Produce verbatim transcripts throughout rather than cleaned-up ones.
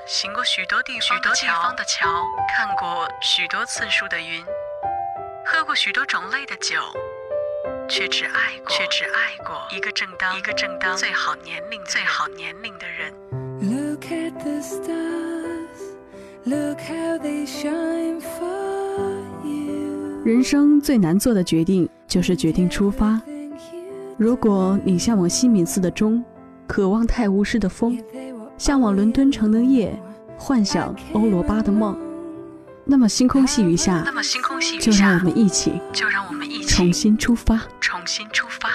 行过许多地方许多地方的桥，看过许多次数的云，喝过许多种类的酒，却只爱过却只爱过一个正当一个正当最好年龄最好年龄的人。 Look at the stars, look how they shine for you. 人生最难做的决定就是决定出发。如果你向往西敏寺的钟，渴望泰晤士的风，向往伦敦城的夜，幻想欧罗巴的梦，那么星空细雨下， 那么星空细雨就让我们一起， 就让我们一起重新出发， 重新出发。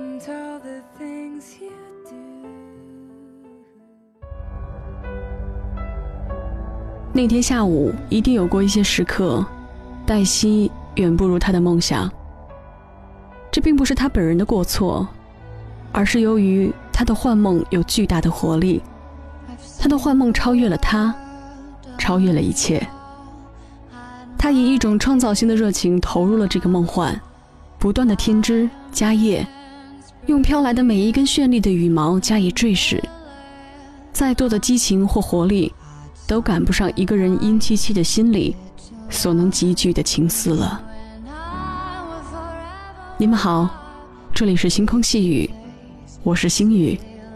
那天下午，一定有过一些时刻，黛西远不如她的梦想。这并不是她本人的过错，而是由于她的幻梦有巨大的活力，她的幻梦超越了她，超越了一切。她以一种创造性的热情投入了这个梦幻，不断的添枝加叶，用飘来的每一根绚丽的羽毛加以缀饰。再多的激情或活力，都赶不上一个人阴戚戚的心里所能集聚的情思了。你们好，这里是星空细雨，我是星雨。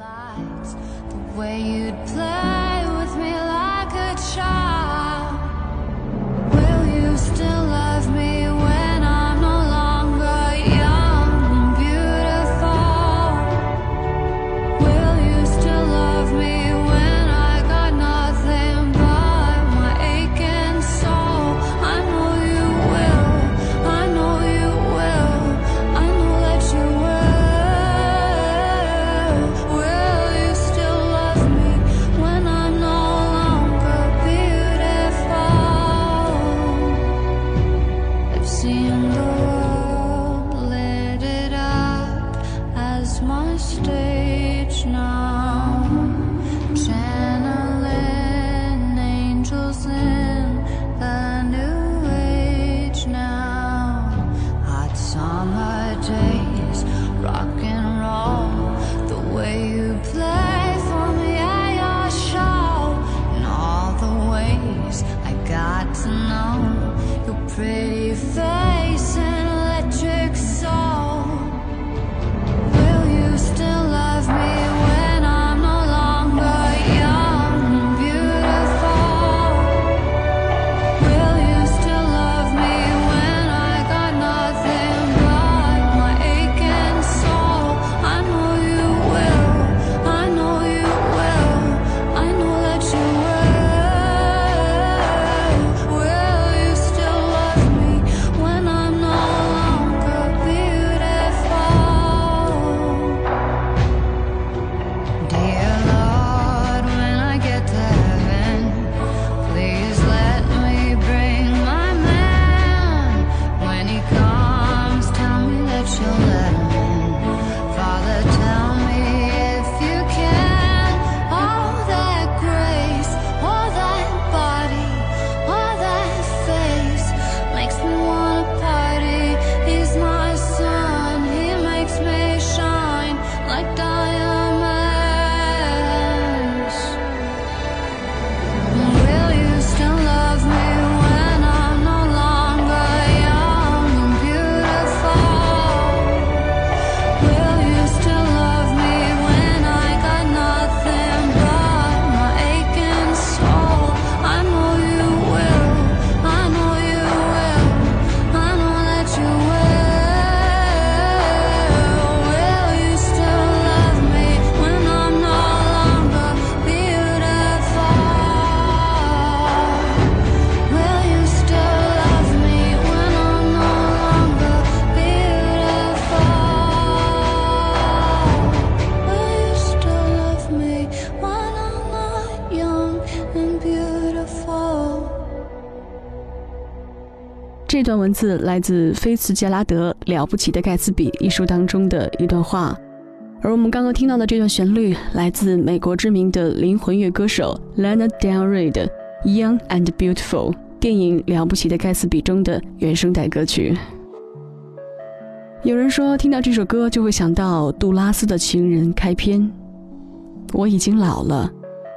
这段文字来自菲茨杰拉德《了不起的盖茨比》一书当中的一段话，而我们刚刚听到的这段旋律来自美国知名的灵魂乐歌手 Lana Del Rey 的 Young and Beautiful 电影《了不起的盖茨比》中的原声带歌曲。有人说听到这首歌就会想到杜拉斯的情人开篇，我已经老了，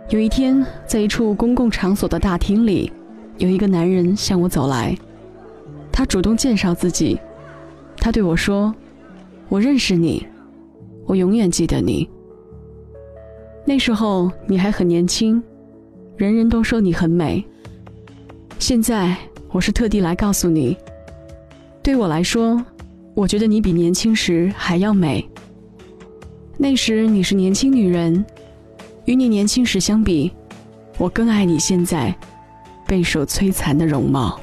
有一天，在一处公共场所的大厅里，有一个男人向我走来，他主动介绍自己，他对我说：“我认识你，我永远记得你。那时候你还很年轻，人人都说你很美。现在我是特地来告诉你，对我来说，我觉得你比年轻时还要美。那时你是年轻女人，与你年轻时相比，我更爱你现在备受摧残的容貌。”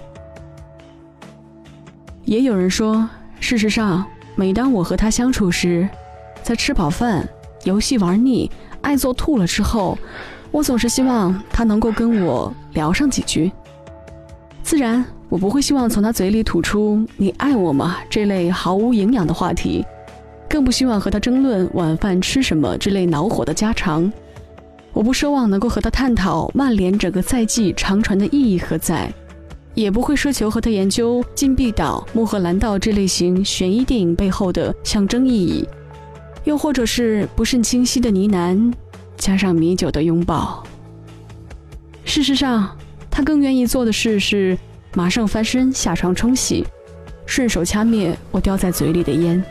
也有人说，事实上，每当我和他相处时，在吃饱饭、游戏玩腻、爱做吐了之后，我总是希望他能够跟我聊上几句。自然，我不会希望从他嘴里吐出“你爱我吗”这类毫无营养的话题，更不希望和他争论晚饭吃什么这类恼火的家常。我不奢望能够和他探讨曼联整个赛季长传的意义何在，也不会奢求和他研究禁闭岛、穆赫兰道这类型悬疑电影背后的象征意义，又或者是不甚清晰的呢喃，加上米酒的拥抱。事实上，他更愿意做的事是马上翻身下床冲洗，顺手掐灭我叼在嘴里的烟。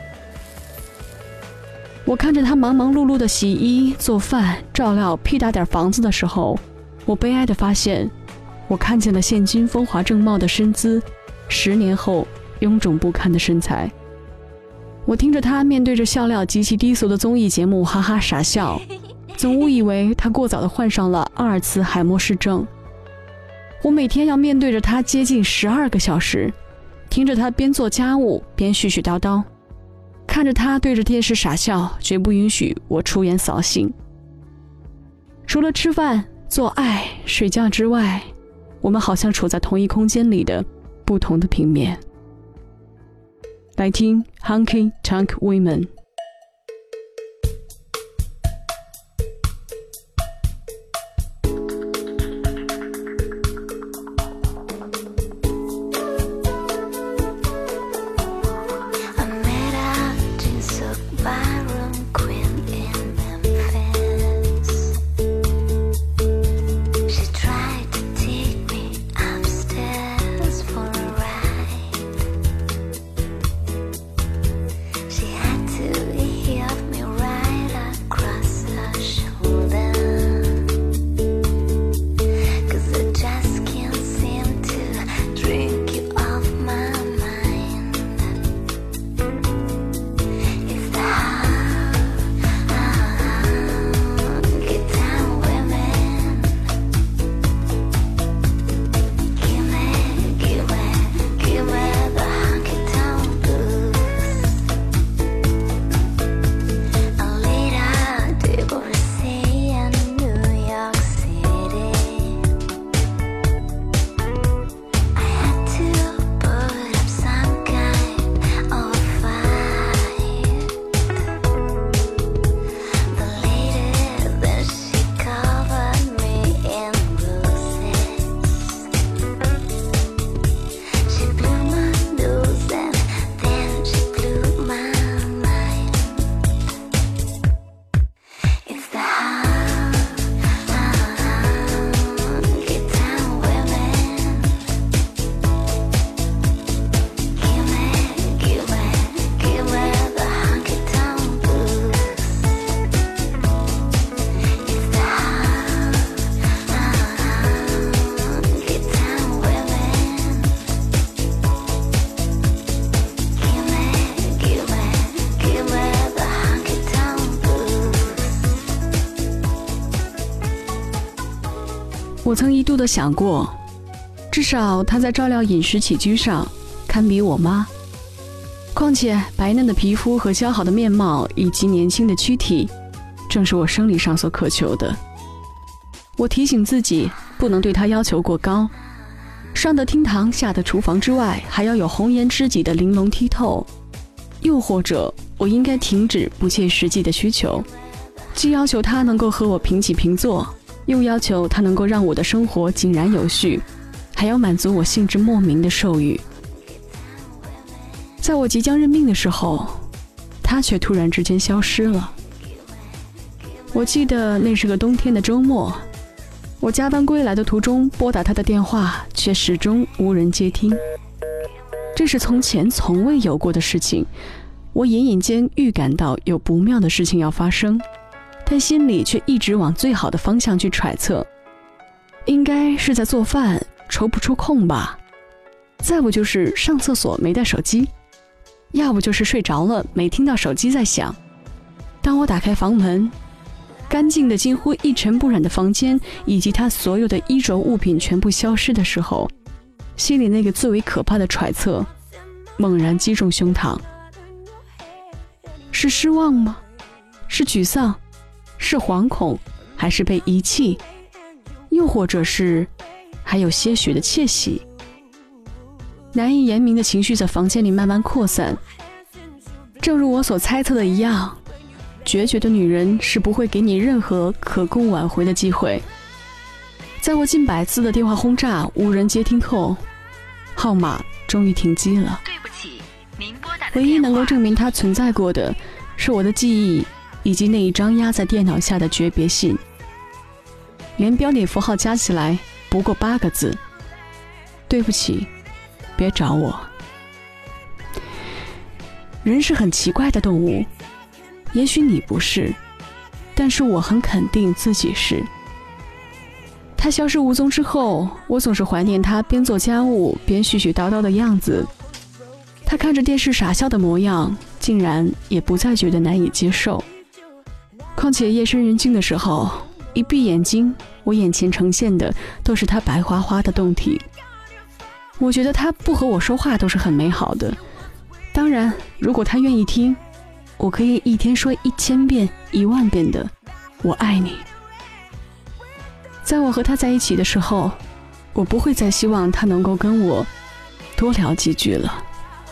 我看着他忙忙碌碌的洗衣、做饭、照料屁大点房子的时候，我悲哀地发现，我看见了现今风华正茂的身姿，十年后臃肿不堪的身材。我听着他面对着笑料极其低俗的综艺节目哈哈傻笑，总误以为他过早地患上了阿尔茨海默氏症。我每天要面对着他接近十二个小时，听着他边做家务边絮絮叨叨，看着他对着电视傻笑，绝不允许我出言扫兴。除了吃饭、做爱、睡觉之外，我们好像处在同一空间里的不同的平面。来听 Honky Tonk Women。我曾一度的想过，至少她在照料饮食起居上堪比我妈。况且白嫩的皮肤和姣好的面貌以及年轻的躯体，正是我生理上所渴求的。我提醒自己不能对她要求过高，上得厅堂下得厨房之外，还要有红颜知己的玲珑剔透。又或者我应该停止不切实际的需求，既要求她能够和我平起平坐，又要求她能够让我的生活井然有序，还要满足我兴致莫名的兽欲。在我即将认命的时候，她却突然之间消失了。我记得那是个冬天的周末， 我加班归来的途中拨打他的电话，却始终无人接听。这是从前从未有过的事情，我隐隐间预感到有不妙的事情要发生，但心里却一直往最好的方向去揣测。应该是在做饭，抽不出空吧。再不就是上厕所没带手机，要不就是睡着了没听到手机在响。当我打开房门，干净的几乎一尘不染的房间以及他所有的衣着物品全部消失的时候，心里那个最为可怕的揣测猛然击中胸膛。是失望吗？是沮丧？是惶恐？还是被遗弃？又或者是还有些许的窃喜？难以言明的情绪在房间里慢慢扩散。正如我所猜测的一样，决绝的女人是不会给你任何可供挽回的机会。在我近百次的电话轰炸无人接听后，号码终于停机了。 对不起，您拨打的唯一能够证明它存在过的是我的记忆以及那一张压在电脑下的诀别信，连标点符号加起来不过八个字：对不起，别找我。人是很奇怪的动物，也许你不是，但是我很肯定自己是。他消失无踪之后，我总是怀念他边做家务边絮絮叨叨的样子。他看着电视傻笑的模样，竟然也不再觉得难以接受。况且夜深人静的时候，一闭眼睛，我眼前呈现的都是他白花花的胴体。我觉得他不和我说话都是很美好的。当然，如果他愿意听，我可以一天说一千遍、一万遍的“我爱你”。在我和他在一起的时候，我不会再希望他能够跟我多聊几句了。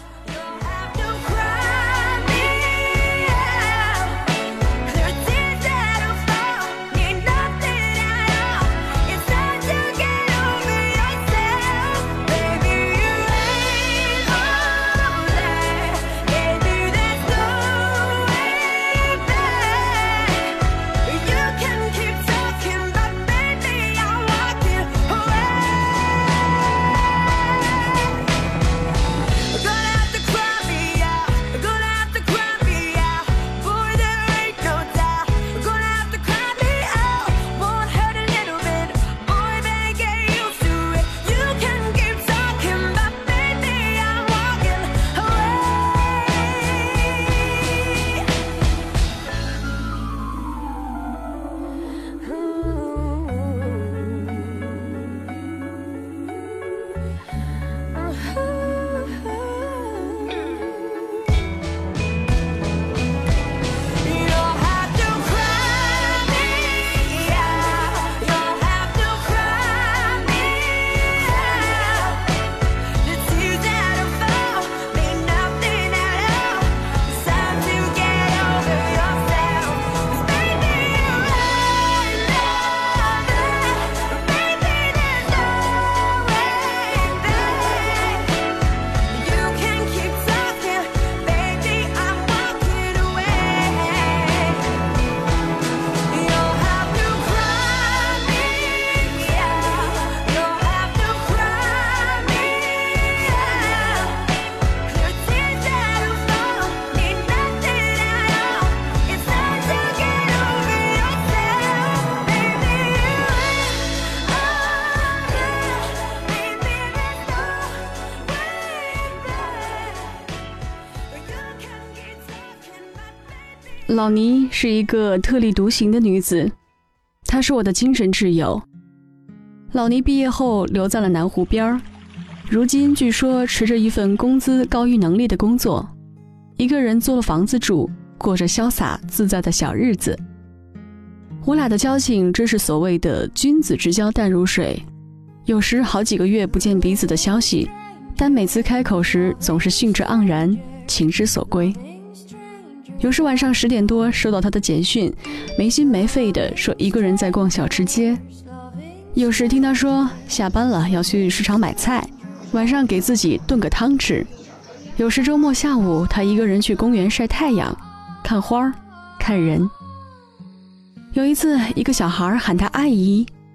老倪是一个特立独行的女子，她是我的精神挚友。老倪毕业后留在了南湖边，如今据说持着一份工资高于能力的工作，一个人租了房子住，过着潇洒自在的小日子。我俩的交情真是所谓的君子之交淡如水，有时好几个月不见彼此的消息，但每次开口时总是兴致盎然，情之所归。有时晚上十点多收到他的简讯，没心没肺的说一个人在逛小吃街。有时听他说下班了要去市场买菜，晚上给自己炖个汤吃。有时周末下午他一个人去公园晒太阳，看花看人。有一次一个小孩喊他阿姨，他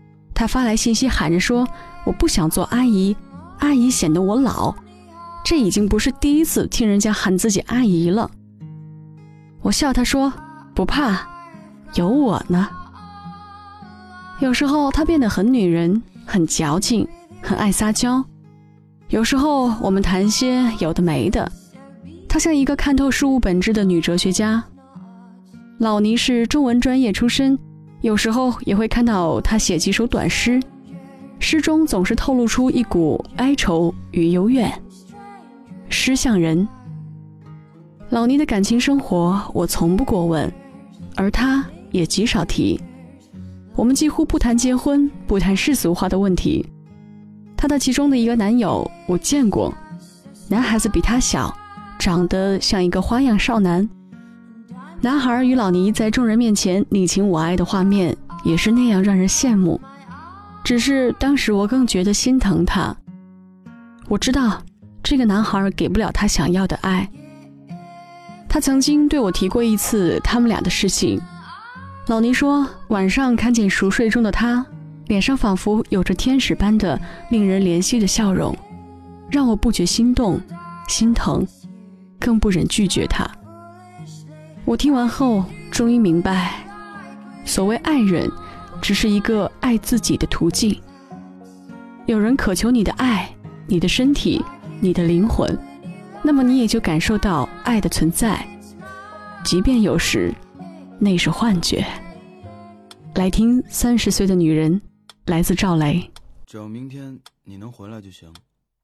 他发来信息喊着说我不想做阿姨，阿姨显得我老。这已经不是第一次听人家喊自己阿姨了。我笑他说不怕，有我呢。有时候他变得很女人，很矫情，很爱撒娇。有时候我们谈些有的没的，她像一个看透事物本质的女哲学家。老倪是中文专业出身，有时候也会看到她写几首短诗，诗中总是透露出一股哀愁与幽怨。诗像人。老倪的感情生活我从不过问，而他也极少提。我们几乎不谈结婚，不谈世俗化的问题。他的其中的一个男友我见过，男孩子比他小，长得像一个花样少男。男孩与老倪在众人面前你情我爱的画面也是那样让人羡慕，只是当时我更觉得心疼他。我知道这个男孩给不了他想要的爱。他曾经对我提过一次他们俩的事情。老倪说晚上看见熟睡中的他，脸上仿佛有着天使般的令人怜惜的笑容，让我不觉心动心疼，更不忍拒绝他。我听完后终于明白，所谓爱人只是一个爱自己的途径。有人渴求你的爱，你的身体，你的灵魂，那么你也就感受到爱的存在，即便有时那是幻觉。来听三十岁的女人，来自赵雷。 只要明天你能回来就行。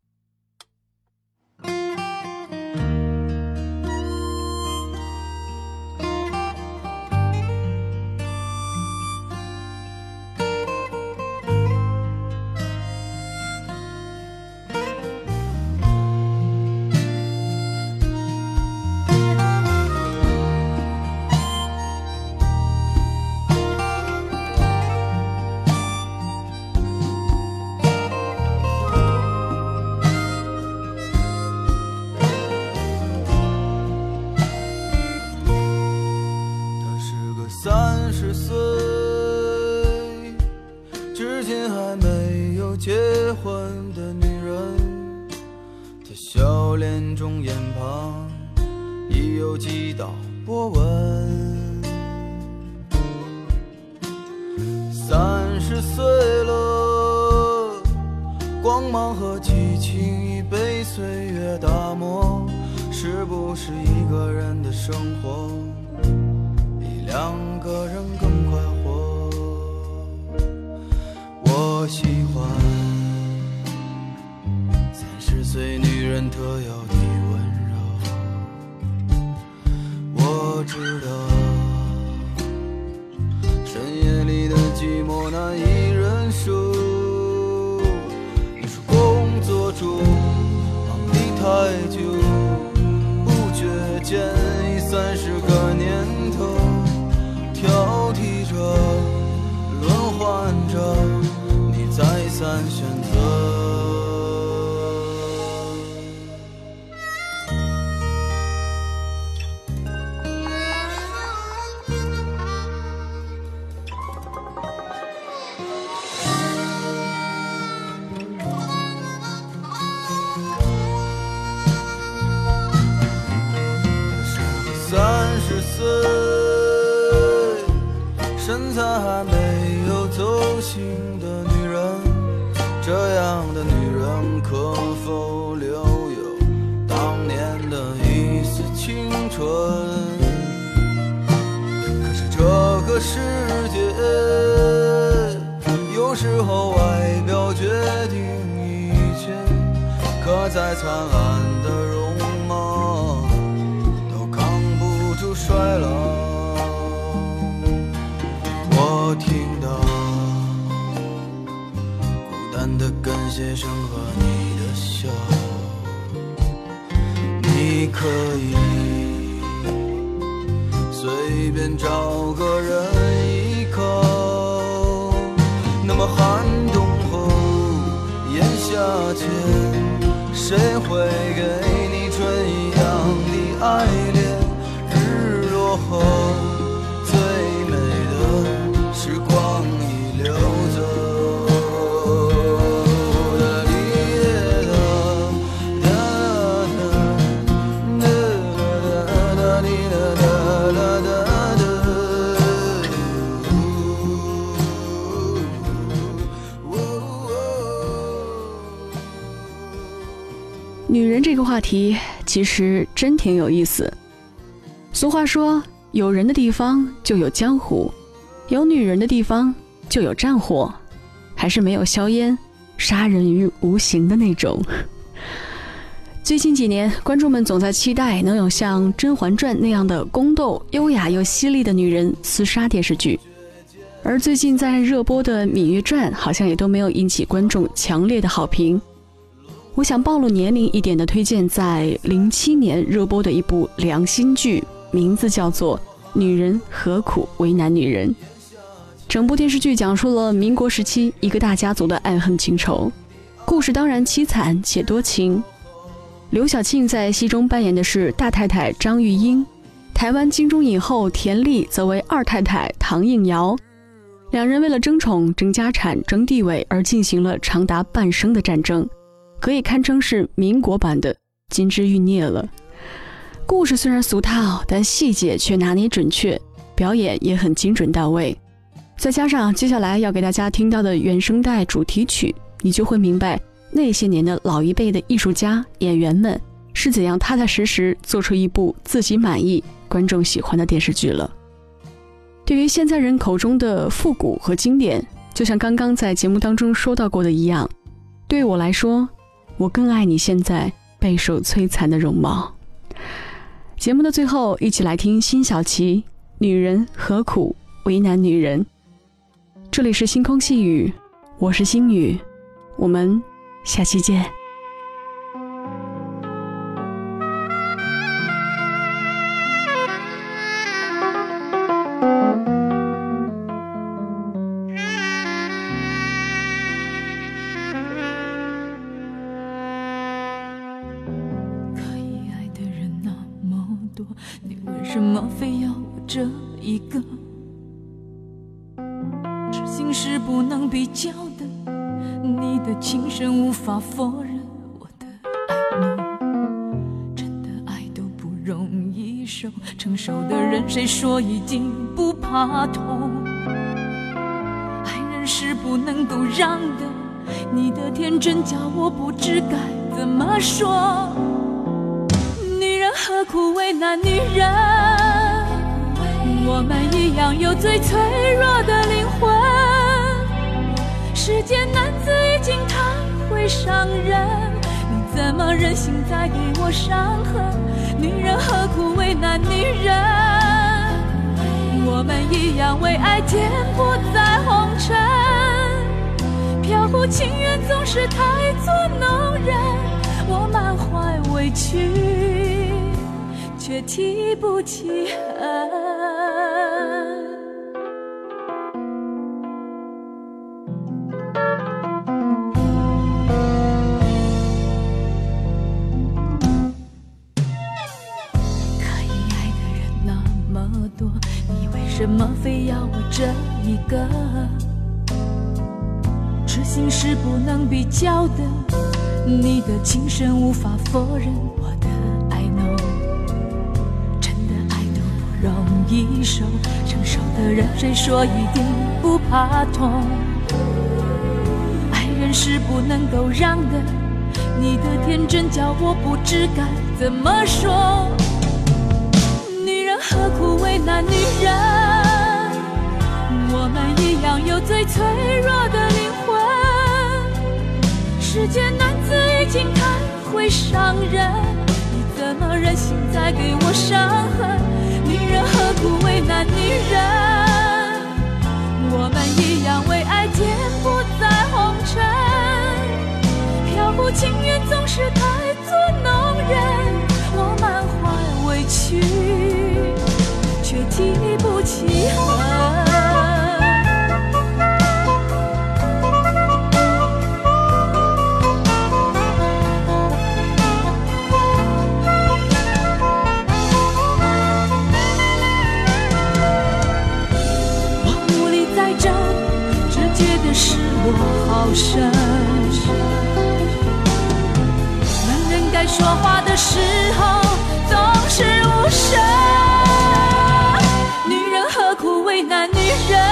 三十岁，至今还没有结婚的女人，她笑脸中眼旁已有几道波纹。三十岁了，光芒和激情已被岁月打磨，是不是一个人的生活两个人更快活？我喜欢三十岁女人特有的温柔。我知道深夜里的寂寞难以忍受，你说工作中忙得太久，不觉间已三十个年头，挑剔着轮换着你再三选择。三十岁身材还没有走形的女人，这样的女人可否留有当年的一丝青春？可是这个世界有时候外表决定一切，可再灿烂的容貌都扛不住衰老。我听到孤单的感谢声和你的笑，你可以随便找个人依靠，那么寒冬后炎夏前，谁会给你春一样的爱恋？日落后最美的时光已溜走。 人这个话题其实真挺有意思。俗话说，有人的地方就有江湖，有女人的地方就有战火，还是没有硝烟杀人于无形的那种。最近几年，观众们总在期待能有像《甄嬛传》那样的宫斗优雅又犀利的女人厮杀电视剧，而最近在热播的《芈月传》好像也都没有引起观众强烈的好评。我想暴露年龄一点的推荐在零七年热播的一部良心剧，名字叫做《女人何苦为难女人》。整部电视剧讲述了民国时期一个大家族的爱恨情仇，故事当然凄惨且多情。刘晓庆在戏中扮演的是大太太张玉英，台湾金钟影后田丽则为二太太唐应瑶。两人为了争宠、争家产、争地位而进行了长达半生的战争，可以堪称是民国版的《金枝欲孽》了。故事虽然俗套，但细节却拿捏准确，表演也很精准到位。再加上接下来要给大家听到的原声带主题曲，你就会明白那些年的老一辈的艺术家、演员们是怎样踏踏实实做出一部自己满意、观众喜欢的电视剧了。对于现在人口中的复古和经典，就像刚刚在节目当中说到过的一样，对于我来说，我更爱你现在备受摧残的容貌。节目的最后，一起来听辛晓琪《女人何苦为难女人》。这里是星空细雨，我是星雨，我们下期见。 你为什么非要我这一个？痴心是不能比较的，你的情深无法否认我的爱浓，真的爱都不容易受，承受的人谁说一定不怕痛？爱人是不能够让的，你的天真叫我不知该怎么说。何苦为难女人？我们一样有最脆弱的灵魂。世间男子已经太会伤人，你怎么忍心再给我伤痕？女人何苦为难女人？我们一样为爱颠簸在红尘。飘忽情缘总是太作弄人，我满怀委屈却提不起恨。可以爱的人那么多，你为什么非要我这一个？痴心是不能比较的，你的情深无法否认我的爱浓，真的爱都不容易受，承受的人谁说一定不怕痛？爱人是不能够让的，你的天真叫我不知该怎么说。女人何苦为难女人？我们一样有最脆弱的灵魂。世间男子已经太会伤人，你怎么忍心再给我伤痕？女人何苦为难女人？我们一样为爱颠簸在红尘。飘忽情缘总是太作弄人，我满怀委屈却提不起恨。失落好深，男人该说话的时候总是无声。女人何苦为难女人？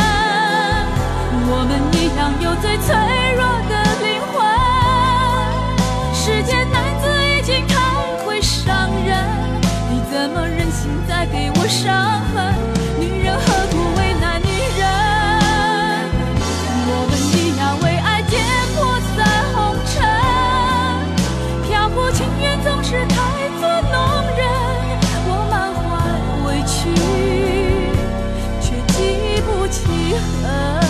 我们一样有最脆弱的灵魂。世间男子已伤痕。女人何苦为难女人？我们一样为爱颠簸在红尘，漂泊情缘总是太作弄人。我满怀委屈，却记不起恨。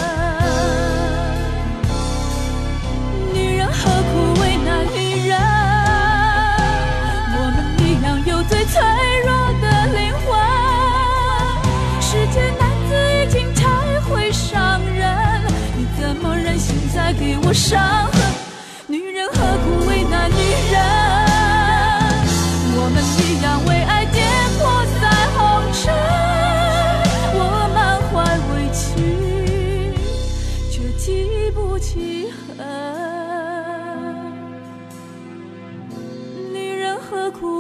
女人何苦为难女人？我们一样有最脆弱的灵魂。世间男子已经太会伤人，你怎么忍心再给我伤痕？女人何苦为难女人？我们一样为爱颠簸在红尘。我满怀委屈，却记不起恨。女人何苦